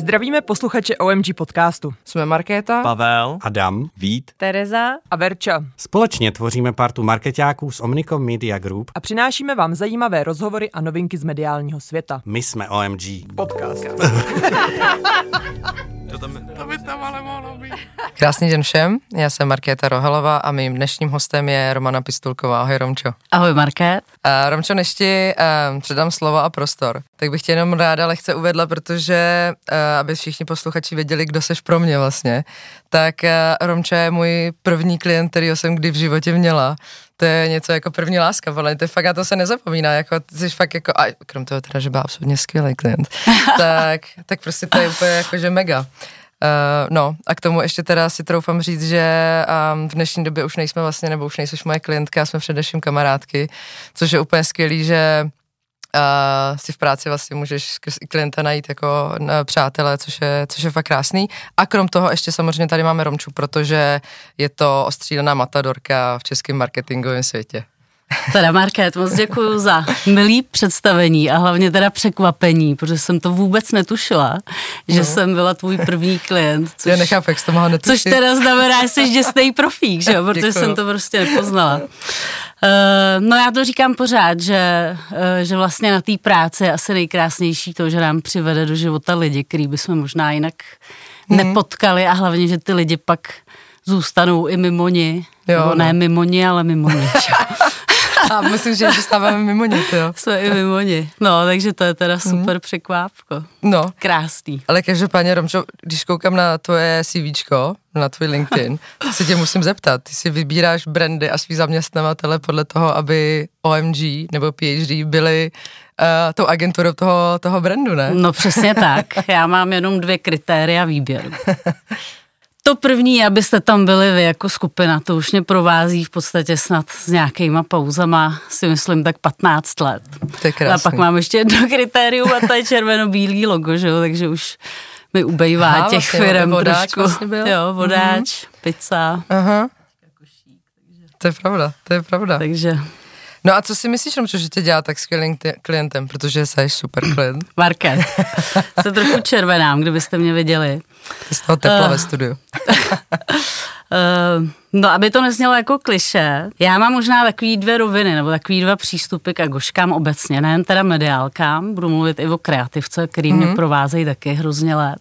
Zdravíme posluchače OMG podcastu. Jsme Markéta, Pavel, Adam, Vít, Tereza a Verča. Společně tvoříme partu markeťáků z Omnicom Media Group A přinášíme vám zajímavé rozhovory a novinky z mediálního světa. My jsme OMG Podcast. To by tam ale mohlo být. Krásný den všem, já jsem Markéta Rohalová a mým dnešním hostem je Romana Pistulková. Ahoj Romčo. Ahoj Markét. Romčo, než ti předám slovo a prostor, tak bych tě jenom ráda lehce uvedla, protože aby všichni posluchači věděli, kdo seš pro mě vlastně, tak Romčo je můj první klient, kterýho jsem kdy v životě měla. To je něco jako první láska, podle mě, to je fakt, a to se nezapomíná, jako, ty jsi fakt jako, a krom toho teda, že byl absolutně skvělý klient, tak prostě to je úplně jakože mega. No a k tomu ještě teda si troufám říct, že v dnešní době už nejsme vlastně, nebo už nejseš moje klientka, jsme především kamarádky, což je úplně skvělý, že si v práci vlastně můžeš skrz klienta najít jako přátelé, což je fakt krásný. A krom toho ještě samozřejmě tady máme Romču, protože je to ostřílená matadorka v českém marketingovém světě. Teda Markét, moc děkuju za milý představení a hlavně teda překvapení, protože jsem to vůbec netušila, že jsem byla tvůj první klient. Já nechápu, jak jsi to mohla netušit. Což teda znamená, že jsi děsnej profík, že jo, protože Děkuju. jsem to prostě nepoznala. No já to říkám pořád, že vlastně na té práci je asi nejkrásnější to, že nám přivede do života lidi, který bychom možná jinak nepotkali a hlavně, že ty lidi pak zůstanou i mimo ni. Jo, nebo ne mimo ni, ale mimo ni. A myslím, že dostáváme mimo ně, jo. Jsme i mimo ni. No, takže to je teda super překvápko. No. Krásný. Ale každopádně, Romčo, když koukám na tvoje CVčko, na tvůj LinkedIn, tak se tě musím zeptat, ty si vybíráš brandy a svý zaměstnavatele podle toho, aby OMG nebo PhD byli tou agenturou toho brandu, ne? No přesně tak. Já mám jenom 2 kritéria výběru. To první, abyste tam byli vy jako skupina, to už mě provází v podstatě snad s nějakýma pauzama, si myslím tak 15 let. To je krásný. A pak mám ještě jedno kritérium a to je červeno-bílý logo, že jo, takže už mi ubejvá těch vlastně, firem vodáč trošku. vlastně byl? Jo, vodáč, pizza. Aha. To je pravda. Takže No a co si myslíš, Romčo, že tě dělá tak skvělým klientem, protože jsi super klient? Market. Se trochu červenám, kdybyste mě viděli. Ty z toho tepla ve studiu. No, aby to neznělo jako klišé, já mám možná takový 2 roviny, nebo takový 2 přístupy k agoškám obecně, nejen teda mediálkám, budu mluvit i o kreativce, který mě provázejí taky hrozně let.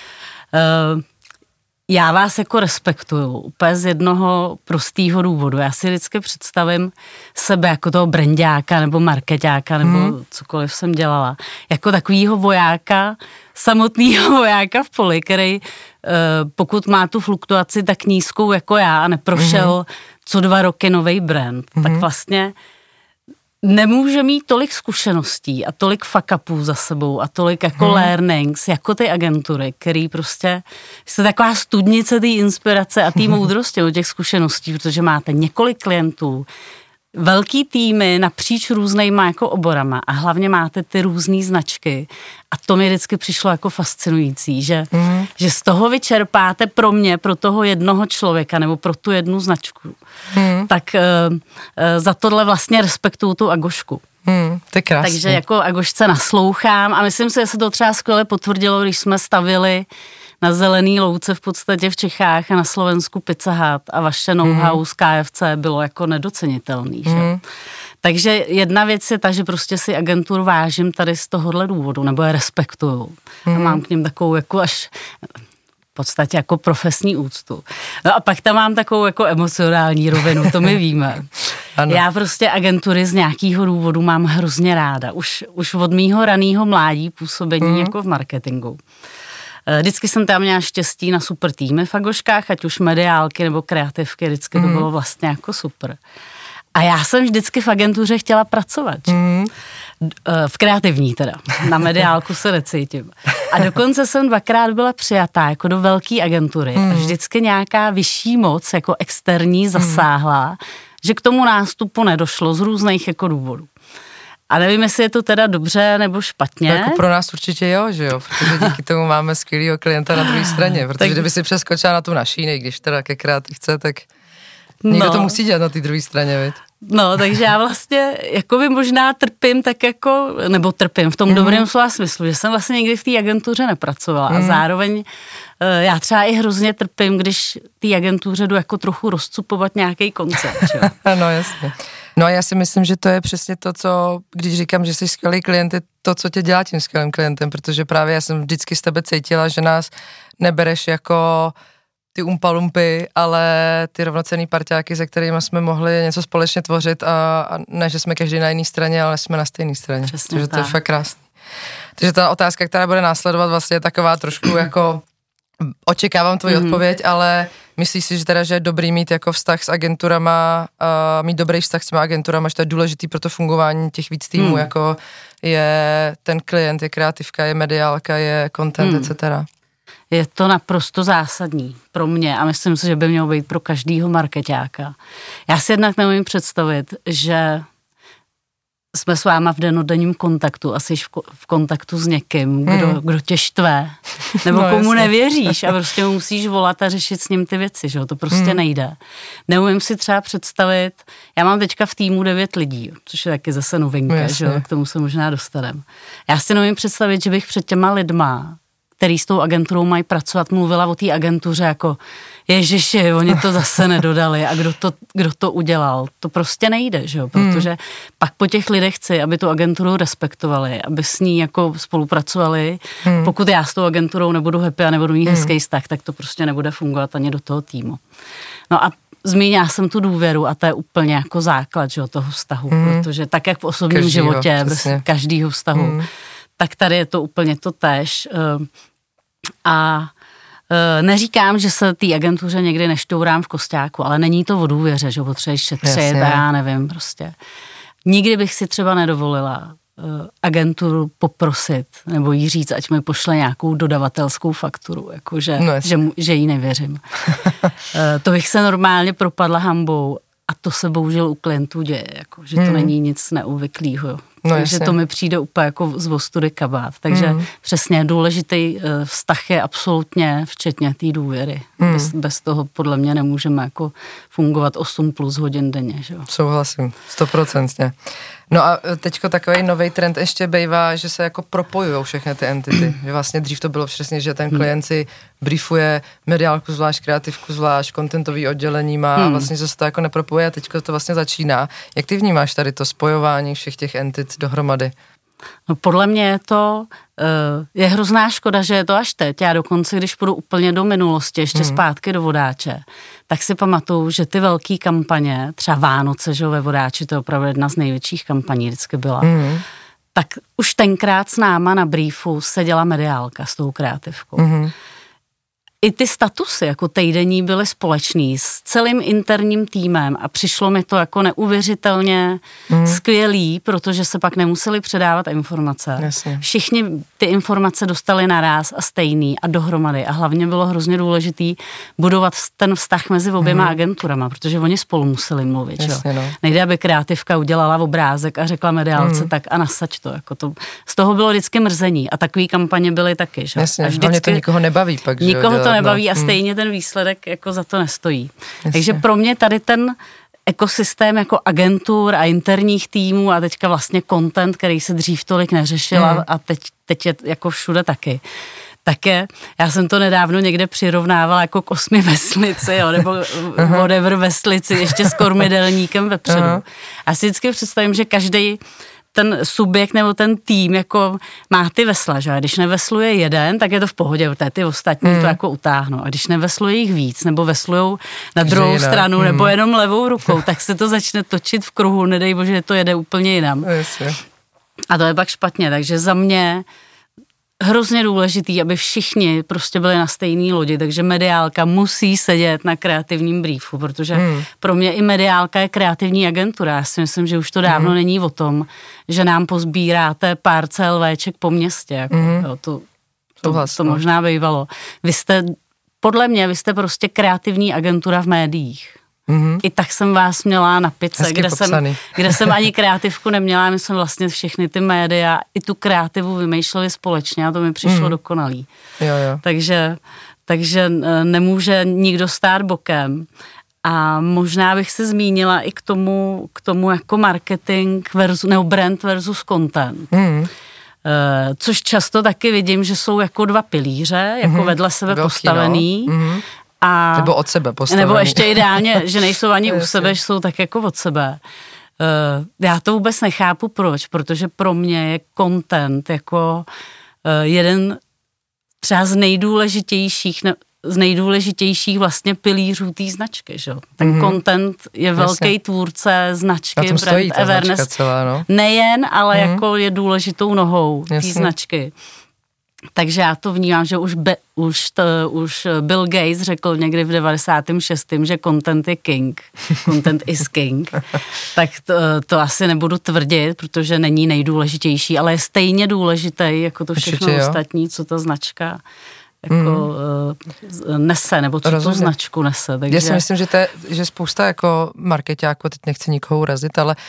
Já vás jako respektuju, úplně z jednoho prostého důvodu. Já si vždycky představím sebe jako toho brandáka nebo markeťáka nebo cokoliv jsem dělala. Jako takovýho vojáka, samotného vojáka v poli, který pokud má tu fluktuaci tak nízkou jako já a neprošel co 2 roky novej brand, tak vlastně nemůže mít tolik zkušeností a tolik fuck-upů za sebou a tolik jako learnings, jako ty agentury, který prostě jste taková studnice té inspirace a té moudrosti od těch zkušeností, protože máte několik klientů, velký týmy napříč různýma jako oborama a hlavně máte ty různý značky a to mi vždycky přišlo jako fascinující, že z toho vyčerpáte pro mě, pro toho jednoho člověka nebo pro tu jednu značku. Tak za tohle vlastně respektuju tu agošku. To je krásný. Takže jako agošce naslouchám a myslím si, že se to třeba skvěle potvrdilo, když jsme stavili na zelený louce v podstatě v Čechách a na Slovensku Pizza Hut a vaše know-how z KFC bylo jako nedocenitelný. Že? Takže jedna věc je ta, že prostě si agenturu vážím tady z tohohle důvodu, nebo je respektuju. A mám k nim takovou jako až v podstatě jako profesní úctu. No a pak tam mám takovou jako emocionální rovinu, to my víme. Ano. Já prostě agentury z nějakého důvodu mám hrozně ráda. Už od mýho raného mládí působení jako v marketingu. Vždycky jsem tam měla štěstí na super týmy v agoškách, ať už mediálky nebo kreativky, vždycky to bylo vlastně jako super. A já jsem vždycky v agentuře chtěla pracovat. V kreativní teda. Na mediálku se necítím. A dokonce jsem 2krát byla přijatá jako do velké agentury. A vždycky nějaká vyšší moc jako externí zasáhla, že k tomu nástupu nedošlo z různých jako důvodů. A nevím, jestli je to teda dobře nebo špatně. No jako pro nás určitě jo, že jo, protože díky tomu máme skvělýho klienta na druhé straně, protože tak kdyby si přeskočila na tu naší, když teda ke kreativce, tak někdo to musí dělat na té druhé straně, viď? No, takže já vlastně jakoby možná trpím tak jako, nebo trpím v tom dobrém slova smyslu, že jsem vlastně nikdy v té agentuře nepracovala a zároveň já třeba i hrozně trpím, když té agentuře jdu jako trochu rozcupovat nějaký koncept, jo. No jasně. No a já si myslím, že to je přesně to, co, když říkám, že jsi skvělý klient, je to, co tě dělá tím skvělým klientem, protože právě já jsem vždycky z tebe cítila, že nás nebereš jako ty umpalumpy, ale ty rovnocenný parťáky, se kterými jsme mohli něco společně tvořit a ne, že jsme každý na jiné straně, ale jsme na stejné straně. Přesně takže tak. to je fakt krásný. Takže ta otázka, která bude následovat, vlastně je taková trošku jako očekávám tvoji odpověď, ale myslíš si, že teda, že je dobrý mít jako vztah s agenturama, mít dobrý vztah s těma agenturama, že to je důležitý pro to fungování těch víc týmů, jako je ten klient, je kreativka, je mediálka, je content, etc. Je to naprosto zásadní pro mě a myslím si, že by mělo být pro každýho markeťáka. Já si jednak neumím představit, že jsme s váma v dennodenním kontaktu, asi v kontaktu s někým, kdo tě štve, nebo no, komu jasně. nevěříš a prostě musíš volat a řešit s ním ty věci, že jo, to prostě nejde. Neumím si třeba představit, já mám teďka v týmu 9 lidí, což je taky zase novinka, že jo, k tomu se možná dostaneme. Já si neumím představit, že bych před těma lidma, který s tou agenturou mají pracovat, mluvila o té agentuře jako ježiši, oni to zase nedodali a kdo to udělal. To prostě nejde, že jo, protože pak po těch lidech chci, aby tu agenturu respektovali, aby s ní jako spolupracovali. Pokud já s tou agenturou nebudu happy a nebudu mít hezký vztah, tak to prostě nebude fungovat ani do toho týmu. No a zmínila jsem tu důvěru a to je úplně jako základ, že jo, toho vztahu, protože tak jak v osobním životě, bez každého vztahu, tak tady je to úplně to též. A neříkám, že se té agentuře někdy neštourám v kosťáku, ale není to o důvěře, že potřebuješ šetřit a já nevím prostě. Nikdy bych si třeba nedovolila agenturu poprosit nebo jí říct, ať mi pošle nějakou dodavatelskou fakturu, jakože, že jí nevěřím. To bych se normálně propadla hanbou a to se bohužel u klientů děje, jako, že to není nic neobvyklého. No, takže jasně. to mi přijde úplně jako z vostudy kabát. Takže přesně důležitý vztah je absolutně včetně té důvěry. Bez toho podle mě nemůžeme jako fungovat 8+ hodin denně. Že? Souhlasím, 100%. No a teďko takový nový trend ještě bývá, že se jako propojujou všechny ty entity. Že vlastně dřív to bylo přesně, že ten klient si briefuje mediálku zvlášť, kreativku zvlášť, contentový oddělení má a vlastně se to jako nepropojuje a teďko to vlastně začíná. Jak ty vnímáš tady to spojování všech těch entit dohromady? No podle mě je to, je hrozná škoda, že je to až teď. Já dokonce, když půjdu úplně do minulosti, ještě zpátky do Vodáče, tak si pamatuju, že ty velké kampaně, třeba Vánoce, že ve Vodáči, to je opravdu jedna z největších kampaní vždycky byla, tak už tenkrát s náma na briefu seděla mediálka s tou kreativkou. I ty statusy jako týdenní byly společný s celým interním týmem a přišlo mi to jako neuvěřitelně skvělý, protože se pak nemuseli předávat informace. Jasně. Všichni ty informace dostali naráz a stejný a dohromady a hlavně bylo hrozně důležitý budovat ten vztah mezi oběma agenturama, protože oni spolu museli mluvit. Jasně, no. Nejde, aby kreativka udělala obrázek a řekla mediálce tak a nasaď to. Jako to. Z toho bylo vždycky mrzení a takový kampaně byly taky. Že? Jasně, a hlavně to nikoho nebaví pak. Nikoho to nebaví a stejně ten výsledek jako za to nestojí. Jasně. Takže pro mě tady ten ekosystém jako agentur a interních týmů a teďka vlastně content, který se dřív tolik neřešil a teď je jako všude taky. Také, já jsem to nedávno někde přirovnávala jako k 8 veslici, jo, nebo whatever veslici, ještě s kormidelníkem vepředu. Já si vždycky představím, že každý ten subjekt nebo ten tým jako má ty vesla, že? Když nevesluje jeden, tak je to v pohodě, protože ty ostatní to jako utáhnou. A když nevesluje jich víc, nebo veslujou na druhou stranu, nebo jenom levou rukou, tak se to začne točit v kruhu, nedej bože, to jede úplně jinam. A to je pak špatně, takže za mě hrozně důležitý, aby všichni prostě byli na stejné lodi, takže mediálka musí sedět na kreativním briefu, protože pro mě i mediálka je kreativní agentura. Já si myslím, že už to dávno není o tom, že nám pozbíráte pár CLVček po městě. Jako, jo, to možná bývalo. Podle mě, vy jste prostě kreativní agentura v médiích. I tak jsem vás měla na pice, kde jsem ani kreativku neměla, my jsme vlastně všechny ty média i tu kreativu vymýšleli společně a to mi přišlo dokonalý. Jo. Takže nemůže nikdo stát bokem A možná bych se zmínila i k tomu jako marketing nebo brand versus content. Což často taky vidím, že jsou jako dva pilíře, jako vedle sebe postavený. A nebo od sebe postavený. Nebo ještě ideálně, že nejsou ani u sebe, že jsou tak jako od sebe. Já to vůbec nechápu proč, protože pro mě je content jako jeden třeba z nejdůležitějších vlastně pilířů té značky, že? Ten content je velký tvůrce značky, brand awareness. Celá, no? Nejen, ale jako je důležitou nohou té značky. Takže já to vnímám, že už Bill Gates řekl někdy v 96., že content je king. Content is king. Tak to asi nebudu tvrdit, protože není nejdůležitější, ale je stejně důležitý jako to všechno ostatní, co ta značka jako nese, nebo co tu značku nese. Takže... Já si myslím, že spousta jako markeťáků, teď nechci nikoho urazit, ale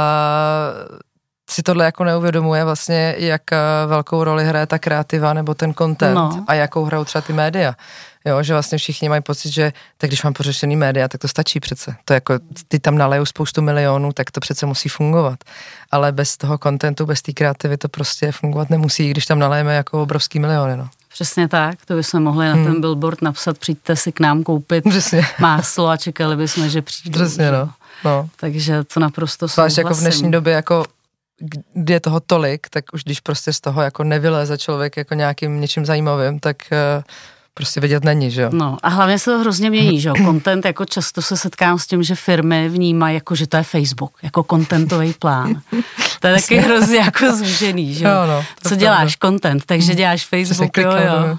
si tohle jako neuvědomuje vlastně, jak velkou roli hraje ta kreativa nebo ten content a jakou hrajou třeba ty média. Jo, že vlastně všichni mají pocit, že tak když mám pořešený média, tak to stačí přece. To jako, ty tam nalejou spoustu milionů, tak to přece musí fungovat. Ale bez toho contentu, bez té kreativy to prostě fungovat nemusí, když tam nalejeme jako obrovský miliony, no. Přesně tak, to bychom mohli na ten billboard napsat, přijďte si k nám koupit máslo a čekali bychom, že přijdou. Přesně, no. Takže to naprosto souhlasím. Jako v dnešní době, jako kdy je toho tolik, tak už když prostě z toho jako nevyleze člověk jako něčím zajímavým, tak prostě vidět není, že jo. No a hlavně se to hrozně mění, že jo. Content, jako často se setkám s tím, že firmy vnímají jako, že to je Facebook, jako contentový plán. To je taky hrozně jako zúžený, že jo. No, co děláš? Content, takže děláš Facebook, jo.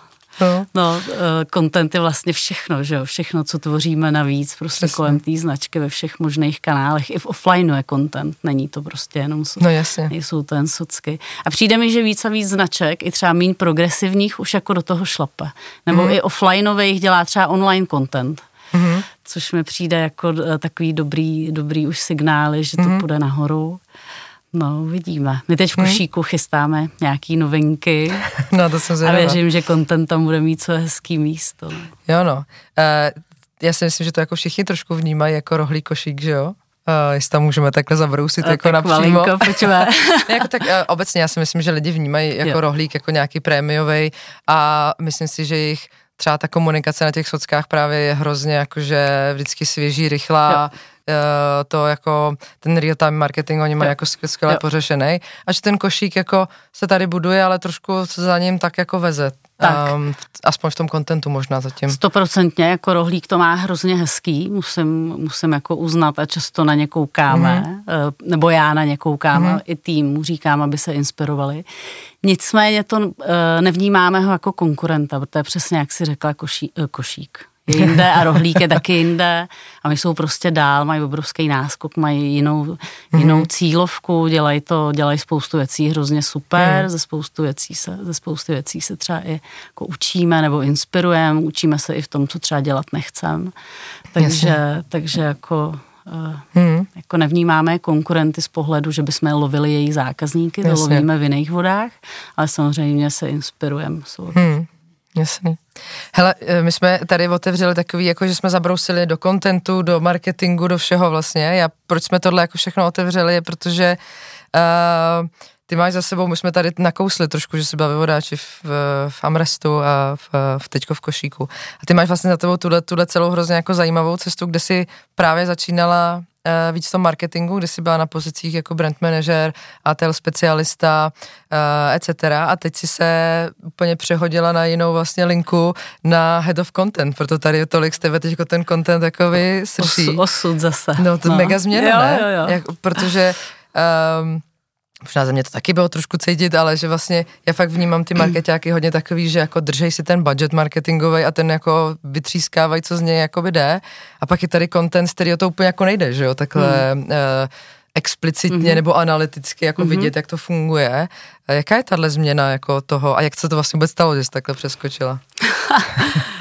No, content je vlastně všechno, že jo, všechno, co tvoříme navíc, prostě kolem té značky ve všech možných kanálech, i v offlineu je content, není to prostě jenom nejsou to jen socky. A přijde mi, že víc a víc značek, i třeba míň progresivních, už jako do toho šlape. Nebo i offlineových dělá třeba online content, což mi přijde jako takový dobrý už signály, že to půjde nahoru. No, uvidíme. My teď v Košíku chystáme nějaký novinky. No, to jsem zvědavá. A věřím, že content tam bude mít co hezký místo. Jo, no. Já si myslím, že to jako všichni trošku vnímají jako rohlík košík, že jo? Jestli tam můžeme takhle zabrousit jako tak napřímo. Malinko, pojďme. Jako tak obecně já si myslím, že lidi vnímají jako rohlík jako nějaký prémiovej a myslím si, že jich třeba ta komunikace na těch sockách právě je hrozně jakože vždycky svěží, rychlá, to jako ten real-time marketing oni mají jako skvěle pořešený a že ten košík jako se tady buduje, ale trošku se za ním tak jako veze. Aspoň v tom kontentu možná zatím. 100% jako rohlík to má hrozně hezký, musím jako uznat a často na ně koukáme, nebo já na ně koukám, i týmu říkám, aby se inspirovali. Nicméně to nevnímáme ho jako konkurenta, protože přesně jak si řekla košík je jinde a rohlík je taky jinde a my jsou prostě dál, mají obrovský náskok, mají jinou cílovku, dělají spoustu věcí hrozně super, ze spousty věcí se třeba i jako učíme nebo inspirujeme, učíme se i v tom, co třeba dělat nechcem. Takže jako nevnímáme konkurenty z pohledu, že bychom lovili jejich zákazníky, to lovíme v jiných vodách, ale samozřejmě se inspirujeme. Jasný. Hele, my jsme tady otevřeli takový, jako že jsme zabrousili do kontentu, do marketingu, do všeho vlastně. Proč jsme tohle jako všechno otevřeli, je protože ty máš za sebou, my jsme tady nakousli trošku, že jsi byla vyvodáči v Amrestu a teďko v Košíku. A ty máš vlastně za tebou tuhle celou hrozně jako zajímavou cestu, kde jsi právě začínala víc v tom marketingu, kde jsi byla na pozicích jako brand manager, ATL specialista, etc. A teď si se úplně přehodila na jinou vlastně linku na head of content, proto tady tolik z tebe teďko ten content jako srší. Osud zase. No, to mega změna, ne? Jo. Protože možná ze mě to taky bylo trošku cítit, ale že vlastně já fakt vnímám ty markeťáky hodně takový, že jako držej si ten budget marketingový a ten jako vytřískávají, co z něj jakoby jde. A pak je tady content, z kterého to úplně jako nejde, že jo, takhle explicitně nebo analyticky jako vidět, jak to funguje. A jaká je tahle změna jako toho a jak se to vlastně vůbec stalo, že jsi takhle přeskočila?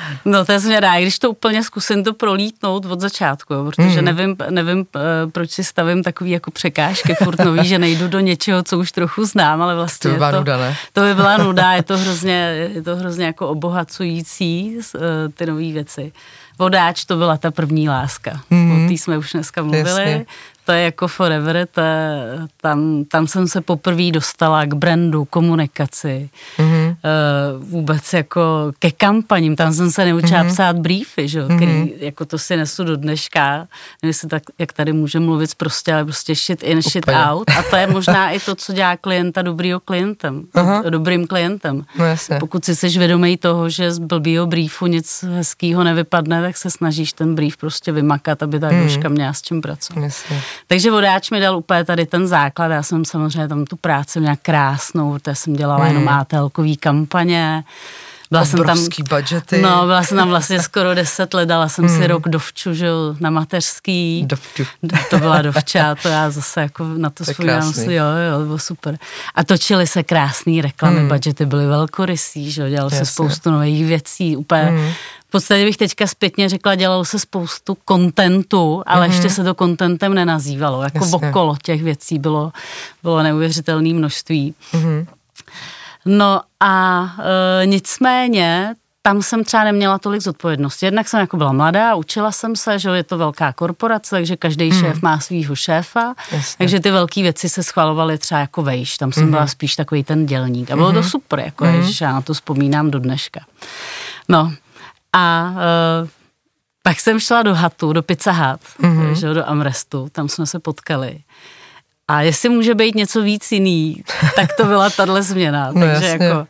No to je směrá, když to úplně zkusím to prolítnout od začátku, jo, protože nevím, proč si stavím takový jako překážky furt nový, že nejdu do něčeho, co už trochu znám, ale vlastně to by byla nuda, ne? To by byla nuda, je to hrozně jako obohacující ty nový věci. Vodáč to byla ta první láska, o té jsme už dneska mluvili. Jasně. To je jako forever, tam jsem se poprvé dostala k brandu, komunikaci, vůbec jako ke kampaním, tam jsem se neučila psát briefy, že? Který jako to si nesu do dneška, nevím, jestli tak, jak tady můžeme mluvit prostě, ale prostě shit in, shit out a to je možná i to, co dělá klienta dobrým klientem. No jasně. Pokud si jsi vědomý toho, že z blbýho briefu nic hezkýho nevypadne, tak se snažíš ten brief prostě vymakat, aby ta Jožka měla s čím pracovat. Jasně. Takže vodáč mi dal úplně tady ten základ, já jsem samozřejmě tam tu práci měla krásnou, protože jsem dělala jenom ATL-kový kampaně. Obrovský budžety. No, byla jsem tam vlastně skoro 10 let, dala jsem si rok dovču, že jo, na mateřský. Dovču. To byla dovča, to já zase jako na to vzpomínám si, jo, to bylo super. A točily se krásný reklamy, budžety byly velkorysý, že jo, dělalo se spoustu nových věcí, úplně. V podstatě bych teďka zpětně řekla, dělalo se spoustu kontentu, ale ještě se to kontentem nenazývalo. Jako okolo těch věcí bylo neuvěřitelné množství. No a nicméně tam jsem třeba neměla tolik zodpovědnosti. Jednak jsem jako byla mladá, učila jsem se, že je to velká korporace, takže každý šéf má svýho šéfa, takže ty velké věci se schvalovaly třeba jako vejš. Tam jsem byla spíš takový ten dělník. A bylo to super, jako že já na to vzpomínám do dneška. No. A pak jsem šla do Hatu, do Pizza Hut, že, do Amrestu, tam jsme se potkali. A jestli může být něco víc jiný, tak to byla tahle změna. No takže jako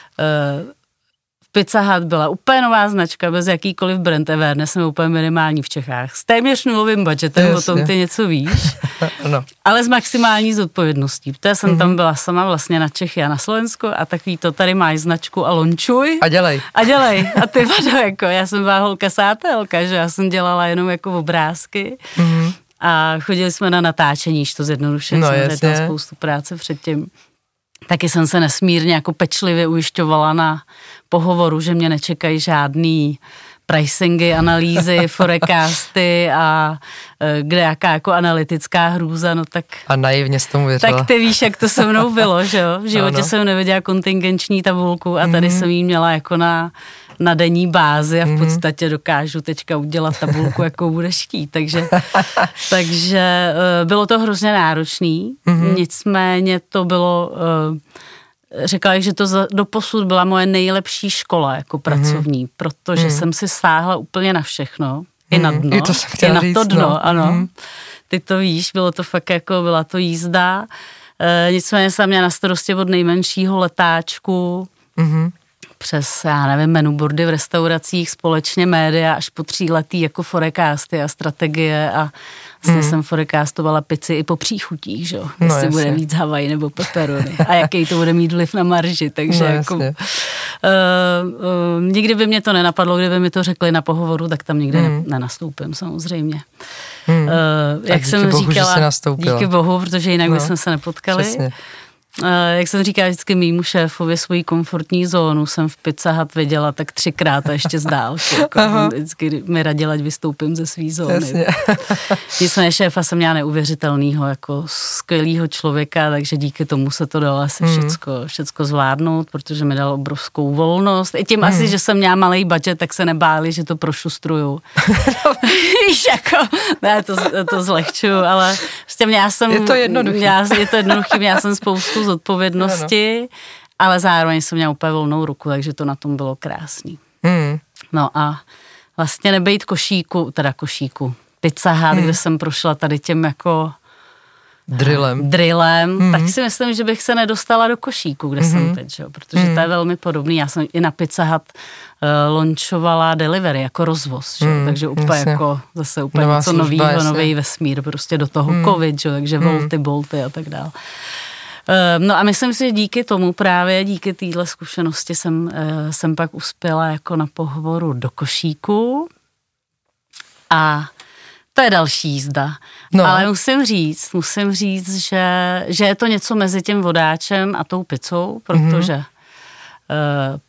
Pizza Hut byla úplně nová značka, bez jakýkoliv brand awareness, jsme úplně minimální v Čechách. S téměř nulovým budgetem, o tom ty něco víš, ale s maximální zodpovědností. Protože jsem tam byla sama vlastně na Čechy a na Slovensku a takový to tady máš značku a lončuj. A dělej. A ty vado, jako já jsem byla holka sátelka, že já jsem dělala jenom jako obrázky. A chodili jsme na natáčení, to zjednodušeně, jsem tam spoustu práce předtím. Taky jsem se nesmírně jako pečlivě ujišťovala na pohovoru, že mě nečekají žádný pricingy, analýzy, forecasty a kde jaká jako analytická hrůza, no tak... A naivně s tomu věřila. Tak ty víš, jak to se mnou bylo, že jo? V životě jsem neviděla kontingenční tabulku a tady jsem jí měla jako na denní bázi a v podstatě dokážu teďka udělat tabulku, jakou budeš chtít. Takže bylo to hrozně náročný, nicméně to bylo... Řekla bych, že to doposud byla moje nejlepší škola jako pracovní, protože jsem si sáhla úplně na všechno, i na dno, i na to dno, ano. Ty to víš, bylo to fakt jako, byla to jízda, nicméně jsem měla na starosti od nejmenšího letáčku, přes, já nevím, menuboardy v restauracích, společně média, až po 3letý jako forecasty a strategie a vlastně jsem forecastovala pici i po příchutích, že jo, jestli bude víc Havaj nebo pepperoni a jaký to bude mít vliv na marži, takže jako nikdy by mě to nenapadlo, kdyby mi to řekli na pohovoru, tak tam nikdy nenastoupím samozřejmě. Jak jsem bohu, říkala, díky bohu, protože jinak bychom se nepotkali. Přesně. Jak jsem říkala vždycky mýmu šéfovi svoji komfortní zónu jsem v Pizza Hut viděla tak 3krát a ještě z dálky. Jako vždycky mi radila, ať vystoupím ze svý zóny. Nicméně šéfa jsem měla neuvěřitelnýho, jako skvělýho člověka, takže díky tomu se to dalo asi všecko zvládnout, protože mi dal obrovskou volnost. I tím asi, že jsem měla malej budget, tak se nebáli, že to prošustruju. Víš, jako, ne, to zlehčuju, ale prostě měla jsem... Je to jednoduchý. Měla jsem spoustu zodpovědnosti, ale zároveň jsem měla úplně volnou ruku, takže to na tom bylo krásný. No a vlastně nebejt košíku, Pizza Hut, kde jsem prošla tady těm jako drillem, tak si myslím, že bych se nedostala do košíku, kde jsem teď, jo, protože to je velmi podobný. Já jsem i na Pizza Hut launchovala delivery jako rozvoz, jo, takže úplně jako zase úplně něco novýho, nový vesmír, prostě do toho covid, jo, takže volty, bolty a tak dále. No a myslím si, že díky tomu právě, díky téhle zkušenosti jsem pak uspěla jako na pohovoru do košíku a to je další jízda. No. Ale musím říct, že je to něco mezi tím vodáčem a tou pizzou, protože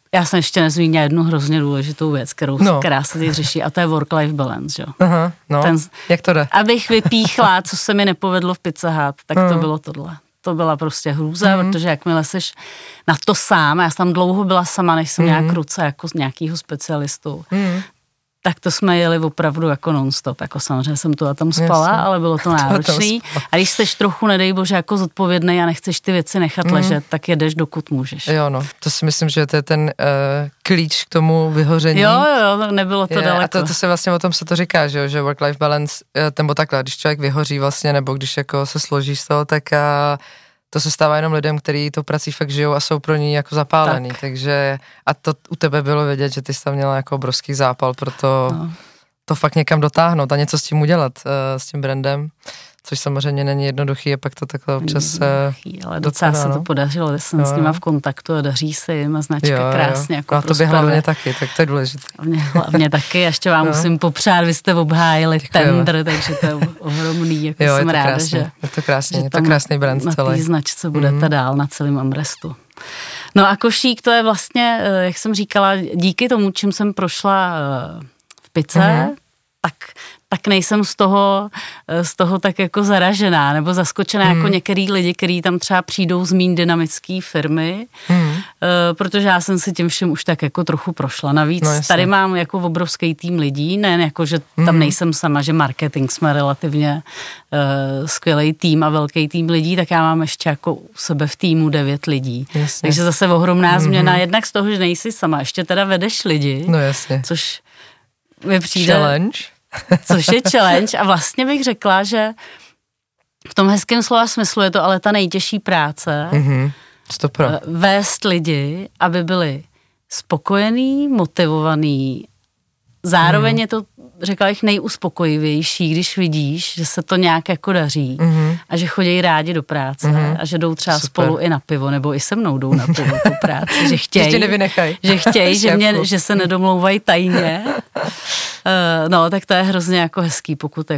já jsem ještě nezmínila jednu hrozně důležitou věc, která se teď řeší, a to je work-life balance, jo. Aha, no, jak to jde? Abych vypíchla, co se mi nepovedlo v Pizza Hut, tak to bylo tohle. To byla prostě hrůza, protože jakmile seš na to sám, já jsem tam dlouho byla sama, než jsem nějak ruce jako nějakýho specialistu, tak to jsme jeli opravdu jako non-stop, jako samozřejmě jsem tu a tam spala, ale bylo to náročný. A když jsi trochu, nedej bože, jako zodpovědnej a nechceš ty věci nechat ležet, tak jedeš, dokud můžeš. Jo, no, to si myslím, že to je ten klíč k tomu vyhoření. Jo, nebylo to daleko. A to se vlastně o tom se to říká, že work-life balance, nebo takhle, když člověk vyhoří vlastně, nebo když jako se složí z toho, tak to se stává jenom lidem, kteří to prací fakt žijou a jsou pro ní jako zapálený, takže a to u tebe bylo vidět, že ty jsi tam měla jako obrovský zápal, proto to fakt někam dotáhnout a něco s tím udělat, s tím brandem, což samozřejmě není jednoduchý, a pak to takhle občas ale docela se to podařilo, jsem s nima v kontaktu a daří se jim a značka krásně jako a to by hlavně taky, tak to je důležité. Hlavně taky, ještě vám musím popřát, vy jste obhájili tender, takže to je ohromný, jako jsem ráda, krásný, že je to krásný brand na celý. Na té značce budete dál na celém Amrestu. No a Košík, to je vlastně, jak jsem říkala, díky tomu, čím jsem prošla v Pice, tak nejsem z toho tak jako zaražená nebo zaskočená jako některý lidi, kteří tam třeba přijdou z míň dynamické firmy, protože já jsem si tím všem už tak jako trochu prošla. Navíc tady mám jako obrovský tým lidí, ne jako, že tam nejsem sama, že marketing jsme relativně skvělý tým a velký tým lidí, tak já mám ještě jako u sebe v týmu 9 lidí. Jasně. Takže zase ohromná změna, jednak z toho, že nejsi sama, ještě teda vedeš lidi, což mi přijde... Challenge. Což je challenge a vlastně bych řekla, že v tom hezkém slova smyslu je to ale ta nejtěžší práce, vést lidi, aby byli spokojení, motivovaní, zároveň je to, řekla bych, nejuspokojivější, když vidíš, že se to nějak jako daří a že chodí rádi do práce a že jdou třeba spolu i na pivo, nebo i se mnou jdou na pivo po práci, že chtějí, že se nedomlouvají tajně. No, tak to je hrozně jako hezký, pokud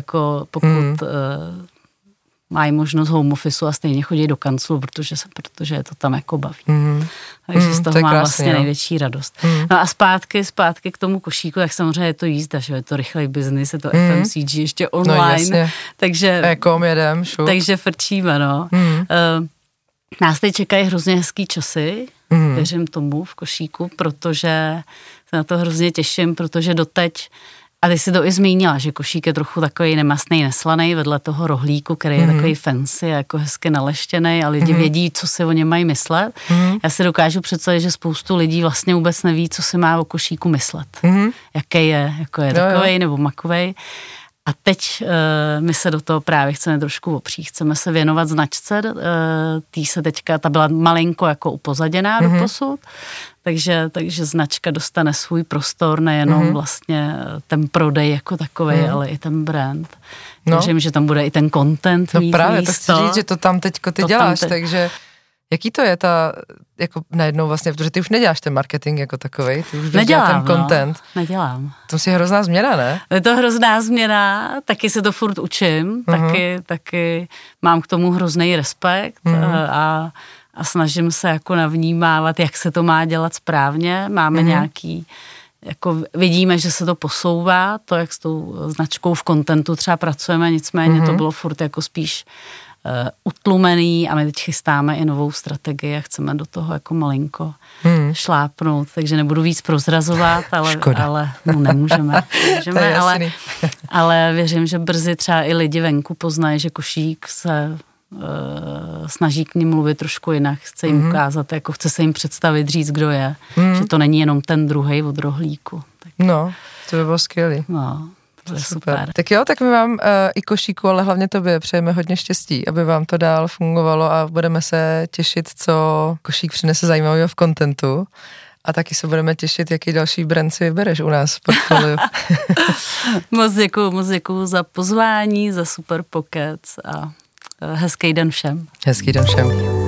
mají možnost home officeu a stejně chodí do kanclu, protože je to tam jako baví. Takže z toho mám vlastně největší radost. No a zpátky k tomu Košíku, tak samozřejmě je to jízda, že je to rychlej biznis, je to FMCG ještě online, takže takže frčíme, no. Nás teď čekají hrozně hezký časy, věřím tomu v Košíku, protože se na to hrozně těším, protože doteď, a ty si to i zmínila, že Košík je trochu takový nemastný, neslaný vedle toho rohlíku, který je takový fancy, jako hezky naleštěnej a lidi vědí, co si o něm mají myslet. Já si dokážu představit, že spoustu lidí vlastně vůbec neví, co si má o Košíku myslet. Jaký je, jako je takovej nebo makovej. A teď my se do toho právě chceme trošku opřít. Chceme se věnovat značce, ta byla malinko jako upozaděná do posud, takže značka dostane svůj prostor, nejenom vlastně ten prodej jako takovej, ale i ten brand. Věřím, že tam bude i ten content mít právě, místo. To chci říct, že to tam teďko ty děláš, takže jaký to je ta, jako najednou vlastně, protože ty už neděláš ten marketing jako takovej, ty už nedělám ten content. Nedělám. To je hrozná změna, ne? Je to hrozná změna, taky se to furt učím, taky mám k tomu hrozný respekt a snažím se jako navnímávat, jak se to má dělat správně. Máme nějaký, jako vidíme, že se to posouvá, to, jak s tou značkou v contentu třeba pracujeme, nicméně to bylo furt jako spíš utlumený a my teď chystáme i novou strategii a chceme do toho jako malinko šlápnout, takže nebudu víc prozrazovat, ale nemůžeme, ale věřím, že brzy třeba i lidi venku poznají, že Košík se snaží k ním mluvit trošku jinak, chce jim ukázat, jako chce se jim představit, říct, kdo je, že to není jenom ten druhej od rohlíku. Tak. No, to by bylo skvělý. No, to je super. Tak jo, tak my vám i Košíku, ale hlavně tobě přejeme hodně štěstí, aby vám to dál fungovalo a budeme se těšit, co Košík přinese zajímavého v contentu. A taky se budeme těšit, jaký další brand si vybereš u nás v portfoliu. Moc děkuju za pozvání, za super pokec a hezký den všem. Hezký den všem.